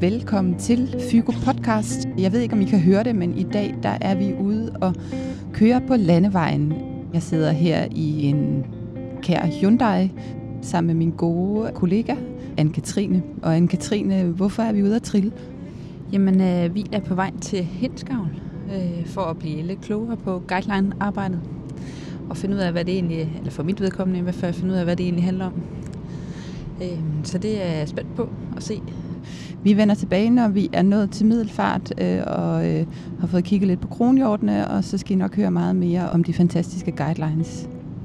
velkommen til Fygo Podcast. Jeg ved ikke, om I kan høre det, men i dag der er vi ude og køre på landevejen. Jeg sidder her i en kær Hyundai sammen med min gode kollega Anne-Katrine. Og Anne-Katrine, hvorfor er vi ude at trille? Jamen, vi er på vej til Hindsgavl for at blive lidt klogere på guideline-arbejdet. Og finde ud af, hvad det egentlig, eller for mit vedkommende i hvert fald, finde ud af, hvad det egentlig handler om. Så det er jeg spændt på at se. Vi vender tilbage, når vi er nået til Middelfart og har fået kigget lidt på kronhjortene, og så skal I nok høre meget mere om de fantastiske guidelines.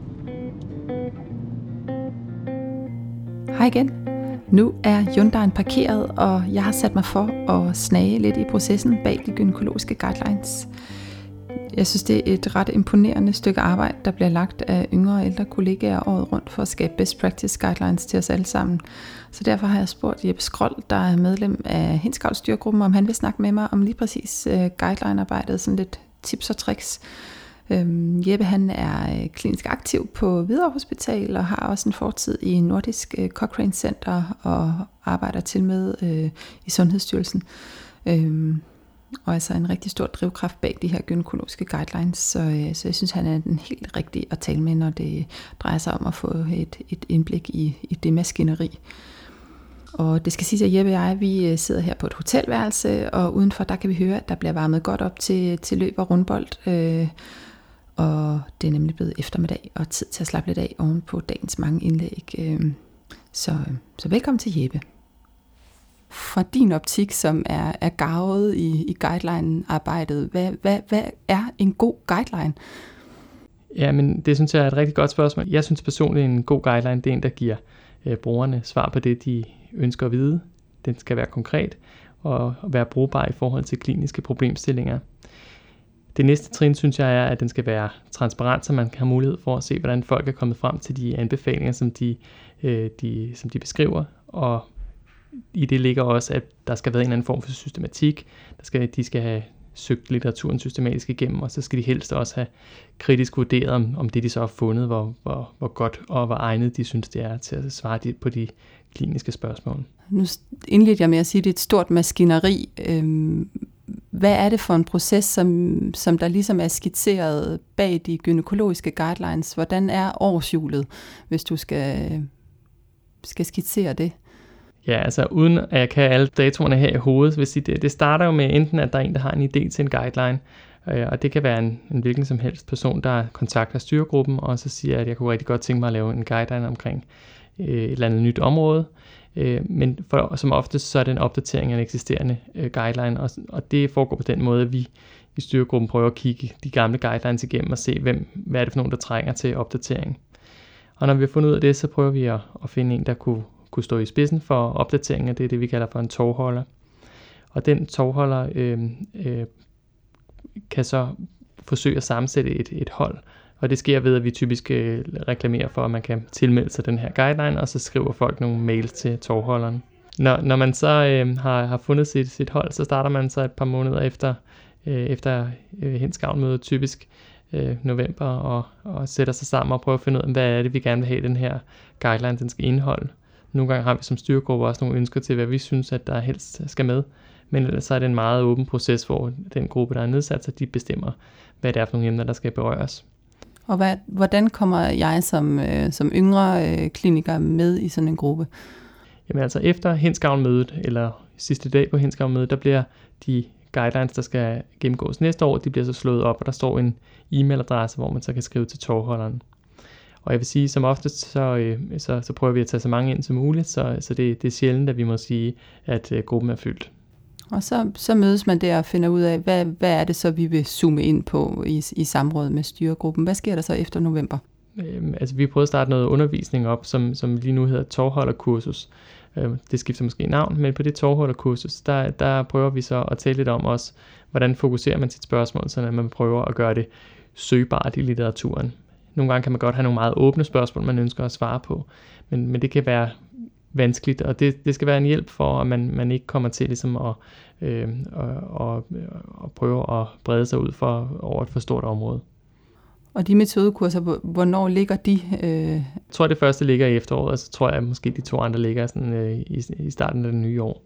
Hej igen. Nu er Hyundai'en parkeret, og jeg har sat mig for at snage lidt i processen bag de gynækologiske guidelines. Jeg synes, det er et ret imponerende stykke arbejde, der bliver lagt af yngre og ældre kollegaer året rundt for at skabe best practice guidelines til os alle sammen. Så derfor har jeg spurgt Jeppe Skrold, der er medlem af Hindsgavl styregruppen, om han vil snakke med mig om lige præcis guideline-arbejdet, sådan lidt tips og tricks. Jeppe han er klinisk aktiv på Hvidovre Hospital og har også en fortid i Nordisk Cochrane Center og arbejder til med i Sundhedsstyrelsen. Og altså en rigtig stor drivkraft bag de her gynækologiske guidelines, så jeg synes, han er den helt rigtige at tale med, når det drejer sig om at få et indblik i det maskineri. Og det skal siges, at Jeppe og jeg, vi sidder her på et hotelværelse, og udenfor der kan vi høre, at der bliver varmet godt op til løb og rundbold. Og det er nemlig blevet eftermiddag og tid til at slappe lidt af oven på dagens mange indlæg. Så velkommen til Jeppe. Fra din optik, som er garvet i guideline-arbejdet, hvad er en god guideline? Ja, men det synes jeg er et rigtig godt spørgsmål. Jeg synes personligt, en god guideline, det er en, der giver brugerne svar på det, de ønsker at vide. Den skal være konkret og være brugbar i forhold til kliniske problemstillinger. Det næste trin, synes jeg, er, at den skal være transparent, så man kan have mulighed for at se, hvordan folk er kommet frem til de anbefalinger, som de beskriver. Og i det ligger også, at der skal være en eller anden form for systematik. De skal have søgt litteraturen systematisk igennem, og så skal de helst også have kritisk vurderet, om det de så har fundet, hvor godt og hvor egnet de synes, det er til at svare på de kliniske spørgsmål. Nu indledte jeg med at sige, at det er et stort maskineri. Hvad er det for en proces, som der ligesom er skitseret bag de gynækologiske guidelines? Hvordan er årshjulet, hvis du skal skitsere det? Ja, altså uden at jeg kan alle datoerne her i hovedet, vil sige, det starter jo med enten, at der er en, der har en idé til en guideline, og det kan være en hvilken som helst person, der kontakter styregruppen, og så siger, at jeg kunne rigtig godt tænke mig at lave en guideline omkring et eller andet nyt område, men som oftest så er det en opdatering af en eksisterende guideline, og det foregår på den måde, at vi i styregruppen prøver at kigge de gamle guidelines igennem og se, hvad er det for nogen, der trænger til opdatering. Og når vi har fundet ud af det, så prøver vi at finde en, der kunne stå i spidsen for opdateringen, det er det, vi kalder for en tovholder. Og den tovholder kan så forsøge at sammensætte et hold, og det sker ved, at vi typisk reklamerer for, at man kan tilmelde sig den her guideline, og så skriver folk nogle mails til tovholderen. Når man så har fundet sit hold, så starter man så et par måneder efter Hindsgavl-mødet, typisk november, og sætter sig sammen og prøver at finde ud af, hvad er det, vi gerne vil have, den her guideline, den skal indeholde. Nogle gange har vi som styregruppe også nogle ønsker til, hvad vi synes, at der helst skal med. Men ellers så er det en meget åben proces, hvor den gruppe, der er nedsat, så de bestemmer, hvad det er for nogle emner, der skal berøres. Og hvordan kommer jeg som yngre kliniker med i sådan en gruppe? Jamen altså efter Hindsgavl-mødet, eller sidste dag på Hindsgavl-mødet, der bliver de guidelines, der skal gennemgås næste år, de bliver så slået op, og der står en e-mailadresse, hvor man så kan skrive til tovholderen. Og jeg vil sige, som oftest, så prøver vi at tage så mange ind som muligt, så det er sjældent, at vi må sige, at gruppen er fyldt. Og så mødes man der og finder ud af, hvad er det så, vi vil zoome ind på i samråd med styregruppen. Hvad sker der så efter november? Altså vi prøver at starte noget undervisning op, som lige nu hedder tovholderkursus. Det skifter måske navn, men på det tovholderkursus, der prøver vi så at tale lidt om også, hvordan fokuserer man sit spørgsmål, så man prøver at gøre det søgbart i litteraturen. Nogle gange kan man godt have nogle meget åbne spørgsmål, man ønsker at svare på, men det kan være vanskeligt, og det skal være en hjælp for, at man ikke kommer til ligesom at prøve at brede sig ud over et for stort område. Og de metodekurser, hvornår ligger de? Jeg tror, det første ligger i efteråret, og så tror jeg, at måske de 2 andre ligger sådan, i starten af det nye år.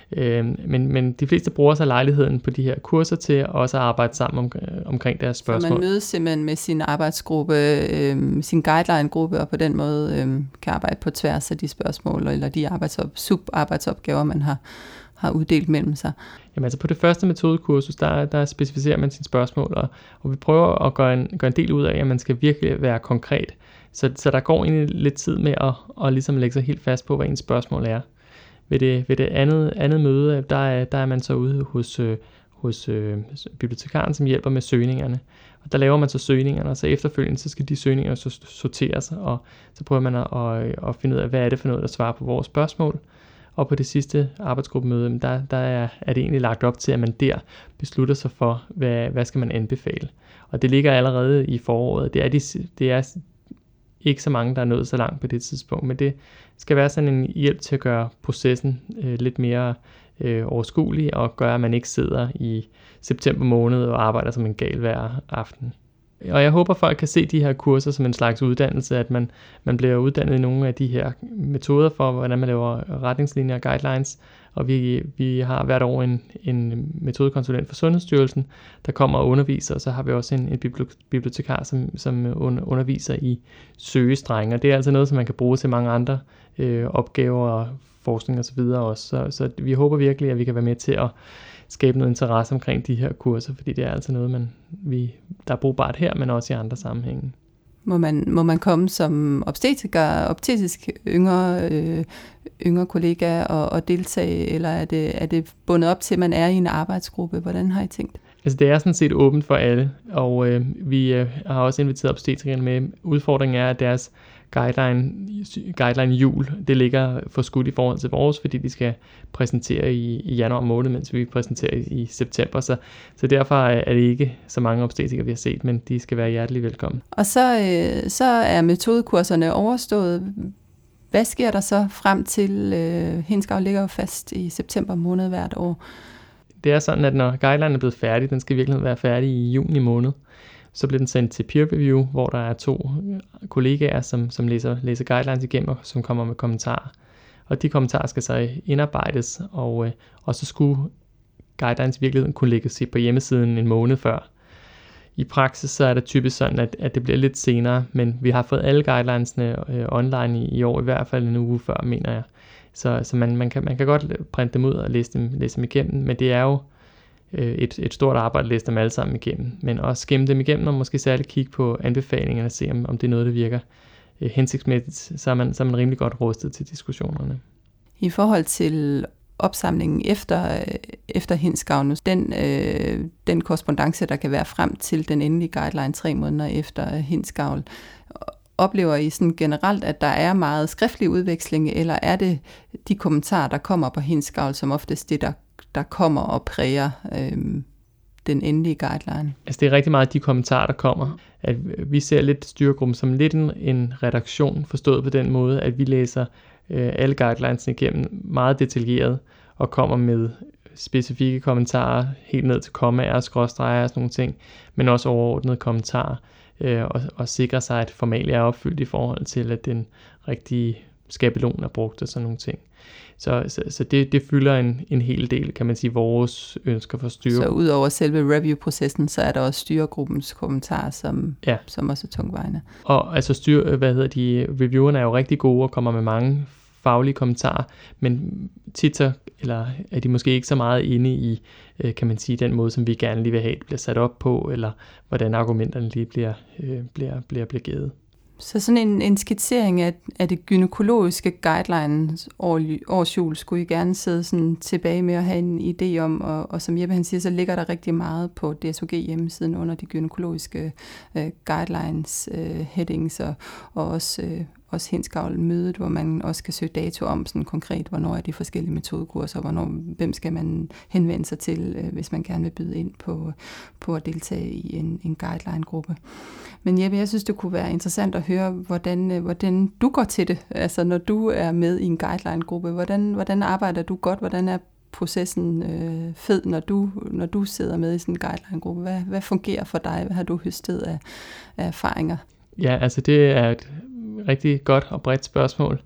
Men de fleste bruger sig lejligheden på de her kurser til også at arbejde sammen omkring deres spørgsmål. Så man mødes simpelthen med sin arbejdsgruppe, sin guideline-gruppe, og på den måde kan arbejde på tværs af de spørgsmål, eller de subarbejdsobgaver, man har uddelt mellem sig. Jamen altså på det første metodekursus, der specificerer man sine spørgsmål, og vi prøver at gøre en del ud af, at man skal virkelig være konkret. Så der går egentlig lidt tid med at ligesom lægge sig helt fast på, hvad ens spørgsmål er. Ved det andet møde, der er man så ude hos bibliotekaren, som hjælper med søgningerne. Og der laver man så søgningerne, og så efterfølgende, så skal de søgninger så sorteres, og så prøver man at finde ud af, hvad er det for noget, der svarer på vores spørgsmål. Og på det sidste arbejdsgruppemøde, der er det egentlig lagt op til, at man der beslutter sig for, hvad skal man anbefale. Og det ligger allerede i foråret. Det er ikke så mange, der er nået så langt på det tidspunkt, men det skal være sådan en hjælp til at gøre processen lidt mere overskuelig, og gøre, at man ikke sidder i september måned og arbejder som en gal hver aften. Og jeg håber, folk kan se de her kurser som en slags uddannelse, at man bliver uddannet i nogle af de her metoder for, hvordan man laver retningslinjer og guidelines. Og vi har hvert år en metodekonsulent for Sundhedsstyrelsen, der kommer og underviser, og så har vi også en bibliotekar, som underviser i søgestrenge. Og det er altså noget, som man kan bruge til mange andre opgaver og forskning og så videre også. Så vi håber virkelig, at vi kan være med til at skabe noget interesse omkring de her kurser, fordi det er altså noget, der er brugbart her, men også i andre sammenhænge. Må man komme som obstetrisk yngre kollega og deltage, eller er det bundet op til, at man er i en arbejdsgruppe? Hvordan har I tænkt? Altså det er sådan set åbent for alle, og vi har også inviteret obstetrikerne med. Udfordringen er, at deres guideline jul, det ligger for skudt i forhold til vores, fordi de skal præsentere i januar måned, mens vi præsenterer i september. Så derfor er det ikke så mange obstetrikere, vi har set, men de skal være hjertelig velkommen. Og så er metodekurserne overstået. Hvad sker der så frem til? Hindsgavl ligger jo fast i september måned hvert år. Det er sådan, at når guidelinen er blevet færdig, den skal virkelig være færdig i juni måned, så bliver den sendt til peer review, hvor der er 2 kollegaer, som læser guidelines igennem, og som kommer med kommentarer. Og de kommentarer skal så indarbejdes, og så skulle guidelines i virkeligheden kunne lægges på hjemmesiden en måned før. I praksis så er det typisk sådan, at det bliver lidt senere, men vi har fået alle guidelinesne online i år, i hvert fald en uge før, mener jeg. Så man kan godt printe dem ud og læse dem igennem, men det er jo et stort arbejde at læse dem alle sammen igennem. Men også skimme dem igennem og måske særligt kigge på anbefalingerne og se, om det er noget, der virker hensigtsmæssigt, så er man rimelig godt rustet til diskussionerne. I forhold til opsamlingen efter Hindsgavl, den korrespondance, der kan være frem til den endelige guideline 3 måneder efter Hindsgavl, oplever I sådan generelt, at der er meget skriftlig udveksling, eller er det de kommentarer, der kommer på Hindsgavl, som oftest det, der kommer og præger den endelige guideline? Altså det er rigtig meget de kommentarer, der kommer. At vi ser lidt styregruppen som lidt en redaktion, forstået på den måde, at vi læser alle guidelines igennem meget detaljeret, og kommer med specifikke kommentarer, helt ned til kommaer, skråstreger og sådan nogle ting, men også overordnede kommentarer, og sikre sig, at formalia er opfyldt i forhold til, at den rigtige skabelon er brugt og sådan nogle ting. Så det fylder en hel del, kan man sige, vores ønsker for styregruppen. Så ud over selve review-processen, så er der også styregruppens kommentarer, som også er tungtvejende. Og altså reviewerne er jo rigtig gode og kommer med mange faglige kommentarer, men tit så, eller er de måske ikke så meget inde i, kan man sige, den måde, som vi gerne lige vil have, det bliver sat op på, eller hvordan argumenterne lige bliver givet. Så sådan en skitsering af det gynækologiske guidelines årsjul skulle I gerne sidde sådan tilbage med at have en idé om, og som Jeppe han siger, så ligger der rigtig meget på DSOG hjemmesiden under de gynækologiske guidelines headings, og også Hindsgavl-mødet, hvor man også kan søge dato om sådan konkret, hvornår er de forskellige metodekurser, og hvem skal man henvende sig til, hvis man gerne vil byde ind på at deltage i en guideline-gruppe. Men Jeppe, jeg synes, det kunne være interessant at høre, hvordan du går til det, altså når du er med i en guideline-gruppe. Hvordan arbejder du godt? Hvordan er processen fed, når du sidder med i sådan en guideline-gruppe? Hvad fungerer for dig? Hvad har du høstet af erfaringer? Ja, altså det er et rigtig godt og bredt spørgsmål.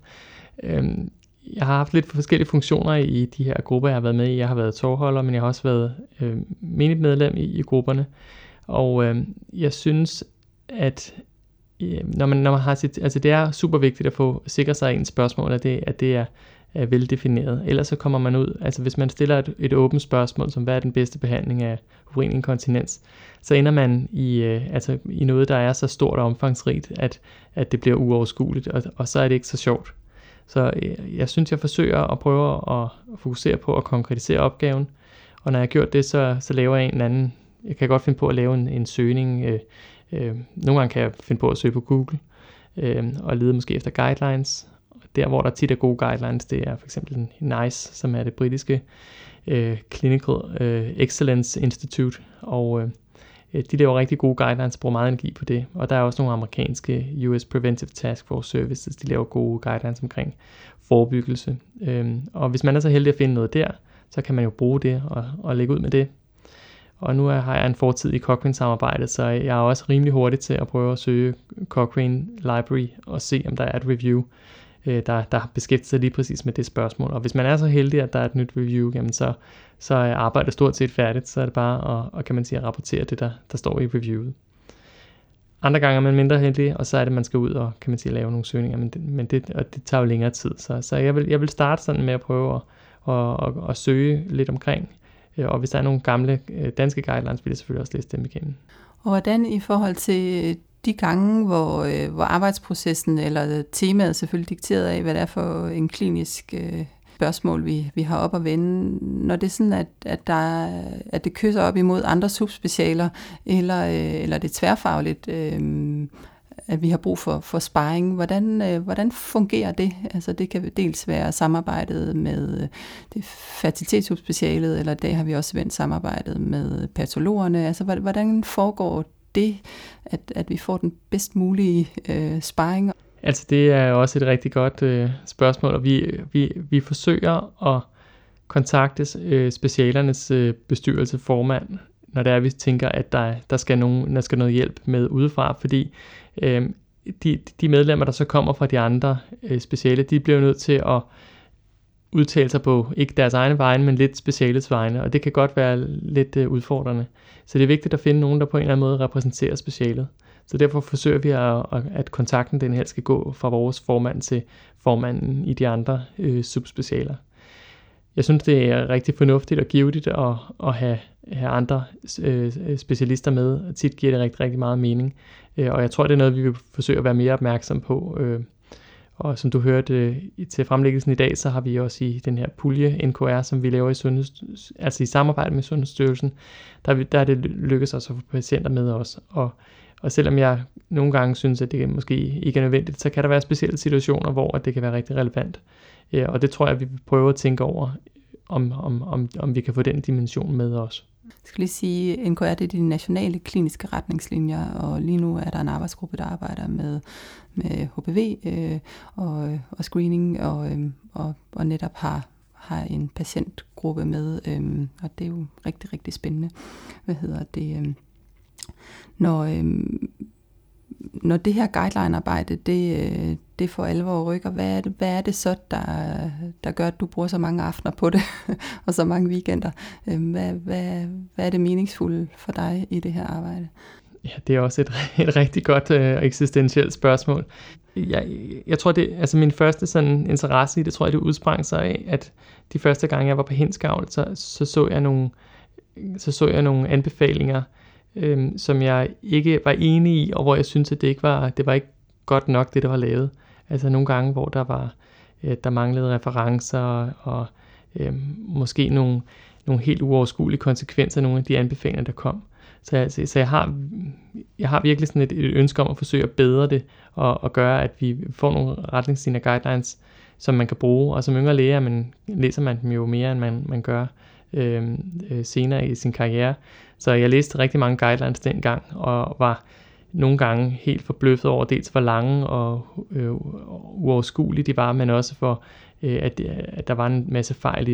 Jeg har haft lidt forskellige funktioner i de her grupper, jeg har været med i. Jeg har været tovholder, men jeg har også været menigt medlem i grupperne. Og jeg synes, at når man har sit, altså det er super vigtigt at få sikre sig ens spørgsmål, at det er veldefineret. Ellers så kommer man ud, altså hvis man stiller et åbent spørgsmål, som hvad er den bedste behandling af urininkontinens, så ender man i noget, der er så stort og omfangsrigt, at det bliver uoverskueligt, og så er det ikke så sjovt. Så jeg synes, jeg forsøger at prøve at fokusere på at konkretisere opgaven, og når jeg har gjort det, så laver jeg en anden, jeg kan godt finde på at lave en søgning. Nogle gange kan jeg finde på at søge på Google, og lede måske efter guidelines. Der, hvor der tit er gode guidelines, det er for eksempel NICE, som er det britiske Clinical Excellence Institute, og de laver rigtig gode guidelines, bruger meget energi på det. Og der er også nogle amerikanske US Preventive Task Force Services, de laver gode guidelines omkring forebyggelse. Og hvis man er så heldig at finde noget der, så kan man jo bruge det og lægge ud med det. Og nu har jeg en fortid i Cochrane-samarbejdet, så jeg er også rimelig hurtig til at prøve at søge Cochrane Library og se, om der er et review, der har beskæftiget sig lige præcis med det spørgsmål. Og hvis man er så heldig, at der er et nyt review, jamen så er arbejdet stort set færdigt, så er det bare at kan man sige, at rapportere det, der står i reviewet. Andre gange er man mindre heldig, og så er det, man skal ud og kan man sige, lave nogle søgninger, men det tager jo længere tid. Så jeg vil starte sådan med at prøve at søge lidt omkring, og hvis der er nogle gamle danske guidelines, vil jeg selvfølgelig også læse dem igennem. Og hvordan i forhold til de gange, hvor arbejdsprocessen eller temaet selvfølgelig dikteret af, hvad det er for en klinisk spørgsmål, vi har op at vende, når det er sådan, at det kysser op imod andre subspecialer, eller det er tværfagligt, at vi har brug for sparring. Hvordan fungerer det? Altså det kan dels være samarbejdet med det fertilitetssubspecialet, eller i dag har vi også vendt samarbejdet med patologerne. Altså hvordan foregår det, at vi får den bedst mulige sparring? Altså det er også et rigtig godt spørgsmål, og vi forsøger at kontakte specialernes bestyrelseformand, når det er, vi tænker, at der skal noget hjælp med udefra, fordi de medlemmer, der så kommer fra de andre speciale, de bliver nødt til at udtale sig på ikke deres egne vegne, men lidt specialets vegne, og det kan godt være lidt udfordrende. Så det er vigtigt at finde nogen, der på en eller anden måde repræsenterer specialet. Så derfor forsøger vi, at kontakten den helst skal gå fra vores formand til formanden i de andre subspecialer. Jeg synes, det er rigtig fornuftigt og givetigt at have andre specialister med. Tit giver det rigtig, rigtig meget mening. Og jeg tror, det er noget, vi vil forsøge at være mere opmærksom på. Og som du hørte til fremlæggelsen i dag, så har vi også i den her pulje NKR, som vi laver i samarbejde med Sundhedsstyrelsen, der er det lykkedes os at få patienter med os. Og selvom jeg nogle gange synes, at det måske ikke er nødvendigt, så kan der være specielle situationer, hvor det kan være rigtig relevant. Og det tror jeg, vi vil prøve at tænke over, om vi kan få den dimension med os. Jeg skal lige sige, NKR det er de nationale kliniske retningslinjer, og lige nu er der en arbejdsgruppe, der arbejder med HPV og screening, og netop har en patientgruppe med, og det er jo rigtig, rigtig spændende. Når det her guideline-arbejde, det for alvor rykker, hvad er det så, der gør, at du bruger så mange aftener på det, og så mange weekender? Hvad er det meningsfulde for dig i det her arbejde? Ja, det er også et rigtig godt eksistentielt spørgsmål. Jeg tror, min første sådan interesse i det, tror jeg, det udsprang sig af, at de første gange, jeg var på Hindsgavl, så jeg nogle anbefalinger, som jeg ikke var enig i, og hvor jeg syntes, at det var ikke godt nok, det der var lavet. Altså nogle gange, hvor der manglede referencer, og måske nogle helt uoverskuelige konsekvenser af nogle af de anbefalinger, der kom. Så jeg har virkelig sådan et ønske om at forsøge at bedre det, og gøre, at vi får nogle retningslinjer, guidelines, som man kan bruge, og som yngre læger, læser man dem jo mere, end man gør senere i sin karriere. Så jeg læste rigtig mange guidelines dengang, og var nogle gange helt forbløffet over dels hvor lange og uoverskuelige de var, men også for, at der var en masse fejl i dem.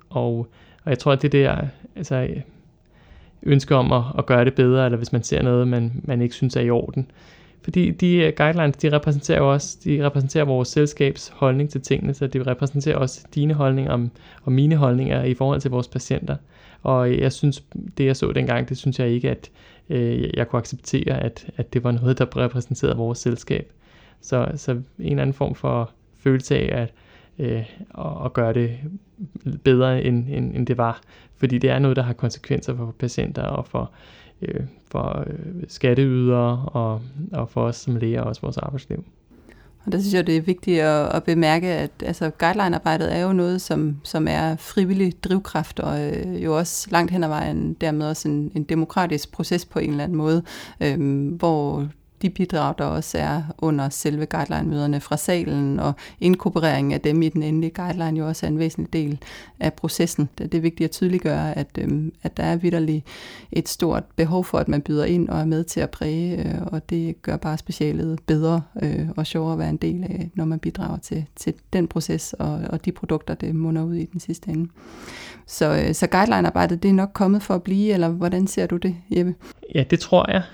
Og jeg tror, at det der ønske om at gøre det bedre, eller hvis man ser noget, man ikke synes er i orden. Fordi de guidelines, de repræsenterer vores selskabs holdning til tingene, så de repræsenterer også dine holdninger og mine holdninger i forhold til vores patienter. Og jeg synes, det jeg så dengang, det synes jeg ikke, at jeg kunne acceptere, at det var noget, der repræsenterede vores selskab. Så en eller anden form for følelse af at gøre det bedre, end det var. Fordi det er noget, der har konsekvenser for patienter og for skatteydere og for os som læger og også vores arbejdsliv. Og der synes jeg, det er vigtigt at bemærke, at guideline-arbejdet er jo noget, som er frivillig drivkraft, og jo også langt hen ad vejen dermed også en demokratisk proces på en eller anden måde, hvor de bidrag, der også er under selve guideline-møderne fra salen, og inkorporeringen af dem i den endelige guideline jo også er en væsentlig del af processen. Det er vigtigt at tydeliggøre, at der er vitterligt et stort behov for, at man byder ind og er med til at præge, og det gør bare specialet bedre og sjovere at være en del af, når man bidrager til den proces og de produkter, det munder ud i den sidste ende. Så guideline-arbejdet, det er nok kommet for at blive, eller hvordan ser du det, Jeppe? Ja, det tror jeg.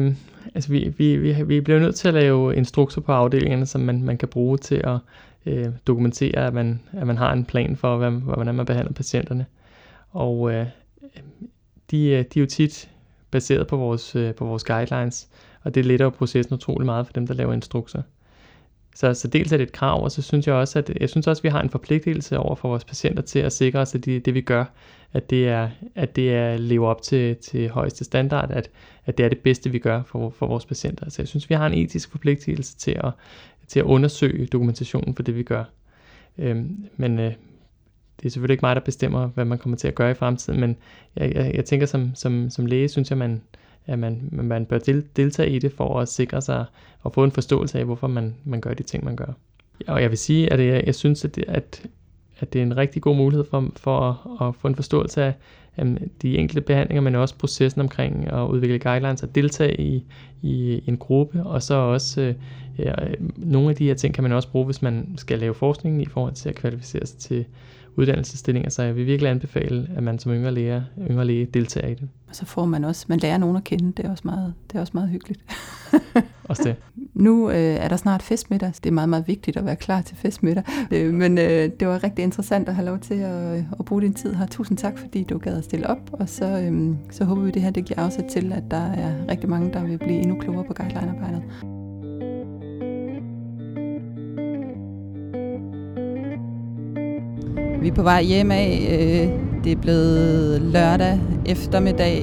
Vi bliver nødt til at lave instrukser på afdelingerne, som man kan bruge til at dokumentere, at man har en plan for, hvordan man behandler patienterne. Og de er jo tit baseret på vores guidelines, og det letter jo processen utrolig meget for dem, der laver instrukser. Så dels er det et krav, og så synes jeg også, at vi har en forpligtelse over for vores patienter til at sikre os, at det vi gør, at det er lever op til højeste standard, at det er det bedste, vi gør for vores patienter. Så jeg synes, vi har en etisk forpligtelse til at undersøge dokumentationen for det, vi gør. Men det er selvfølgelig ikke mig, der bestemmer, hvad man kommer til at gøre i fremtiden, men jeg tænker, som læge, synes jeg, at man bør deltage i det for at sikre sig og få en forståelse af, hvorfor man gør de ting, man gør. Og jeg vil sige, at jeg synes, at det er en rigtig god mulighed for at få en forståelse af de enkelte behandlinger, men også processen omkring at udvikle guidelines og deltage i en gruppe, og så også nogle af de her ting kan man også bruge, hvis man skal lave forskning i forhold til at kvalificere sig til uddannelsesstillinger, så jeg vil virkelig anbefale, at man som yngre læge deltager i det. Og så man lærer nogen at kende, det er også meget hyggeligt. Også det. Nu er der snart festmiddag, det er meget, meget vigtigt at være klar til festmiddag, men det var rigtig interessant at have lov til at bruge din tid her. Tusind tak, fordi du gad at stille op, og så håber vi, det her det giver afsæt til, at der er rigtig mange, der vil blive endnu klogere på guideline-arbejdet. Vi er på vej hjem af. Det er blevet lørdag eftermiddag,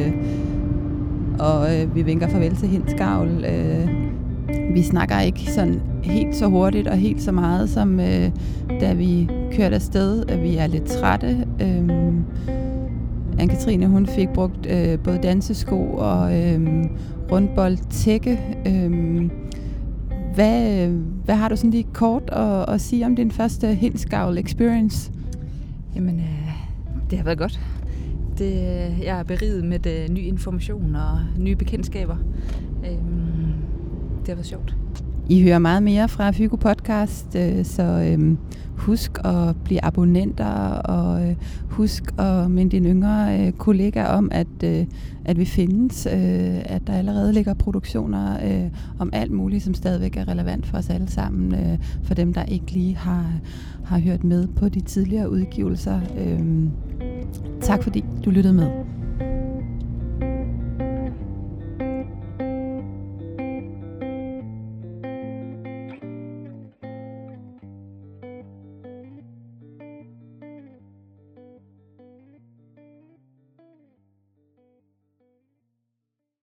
og vi vinker farvel til Hindsgavl. Vi snakker ikke sådan helt så hurtigt og helt så meget, som da vi kørte afsted. Vi er lidt trætte. Anne-Katrine, hun fik brugt både dansesko og rundboldtække. Hvad har du sådan lige kort at sige om din første Hindsgavl experience? Jamen, det har været godt. Jeg er beriget med ny information og nye bekendtskaber. Det har været sjovt. I hører meget mere fra Fygo Podcast, så husk at blive abonnenter, og husk at minde dine yngre kollegaer om, at vi findes, at der allerede ligger produktioner om alt muligt, som stadigvæk er relevant for os alle sammen, for dem, der ikke lige har hørt med på de tidligere udgivelser. Tak fordi du lyttede med.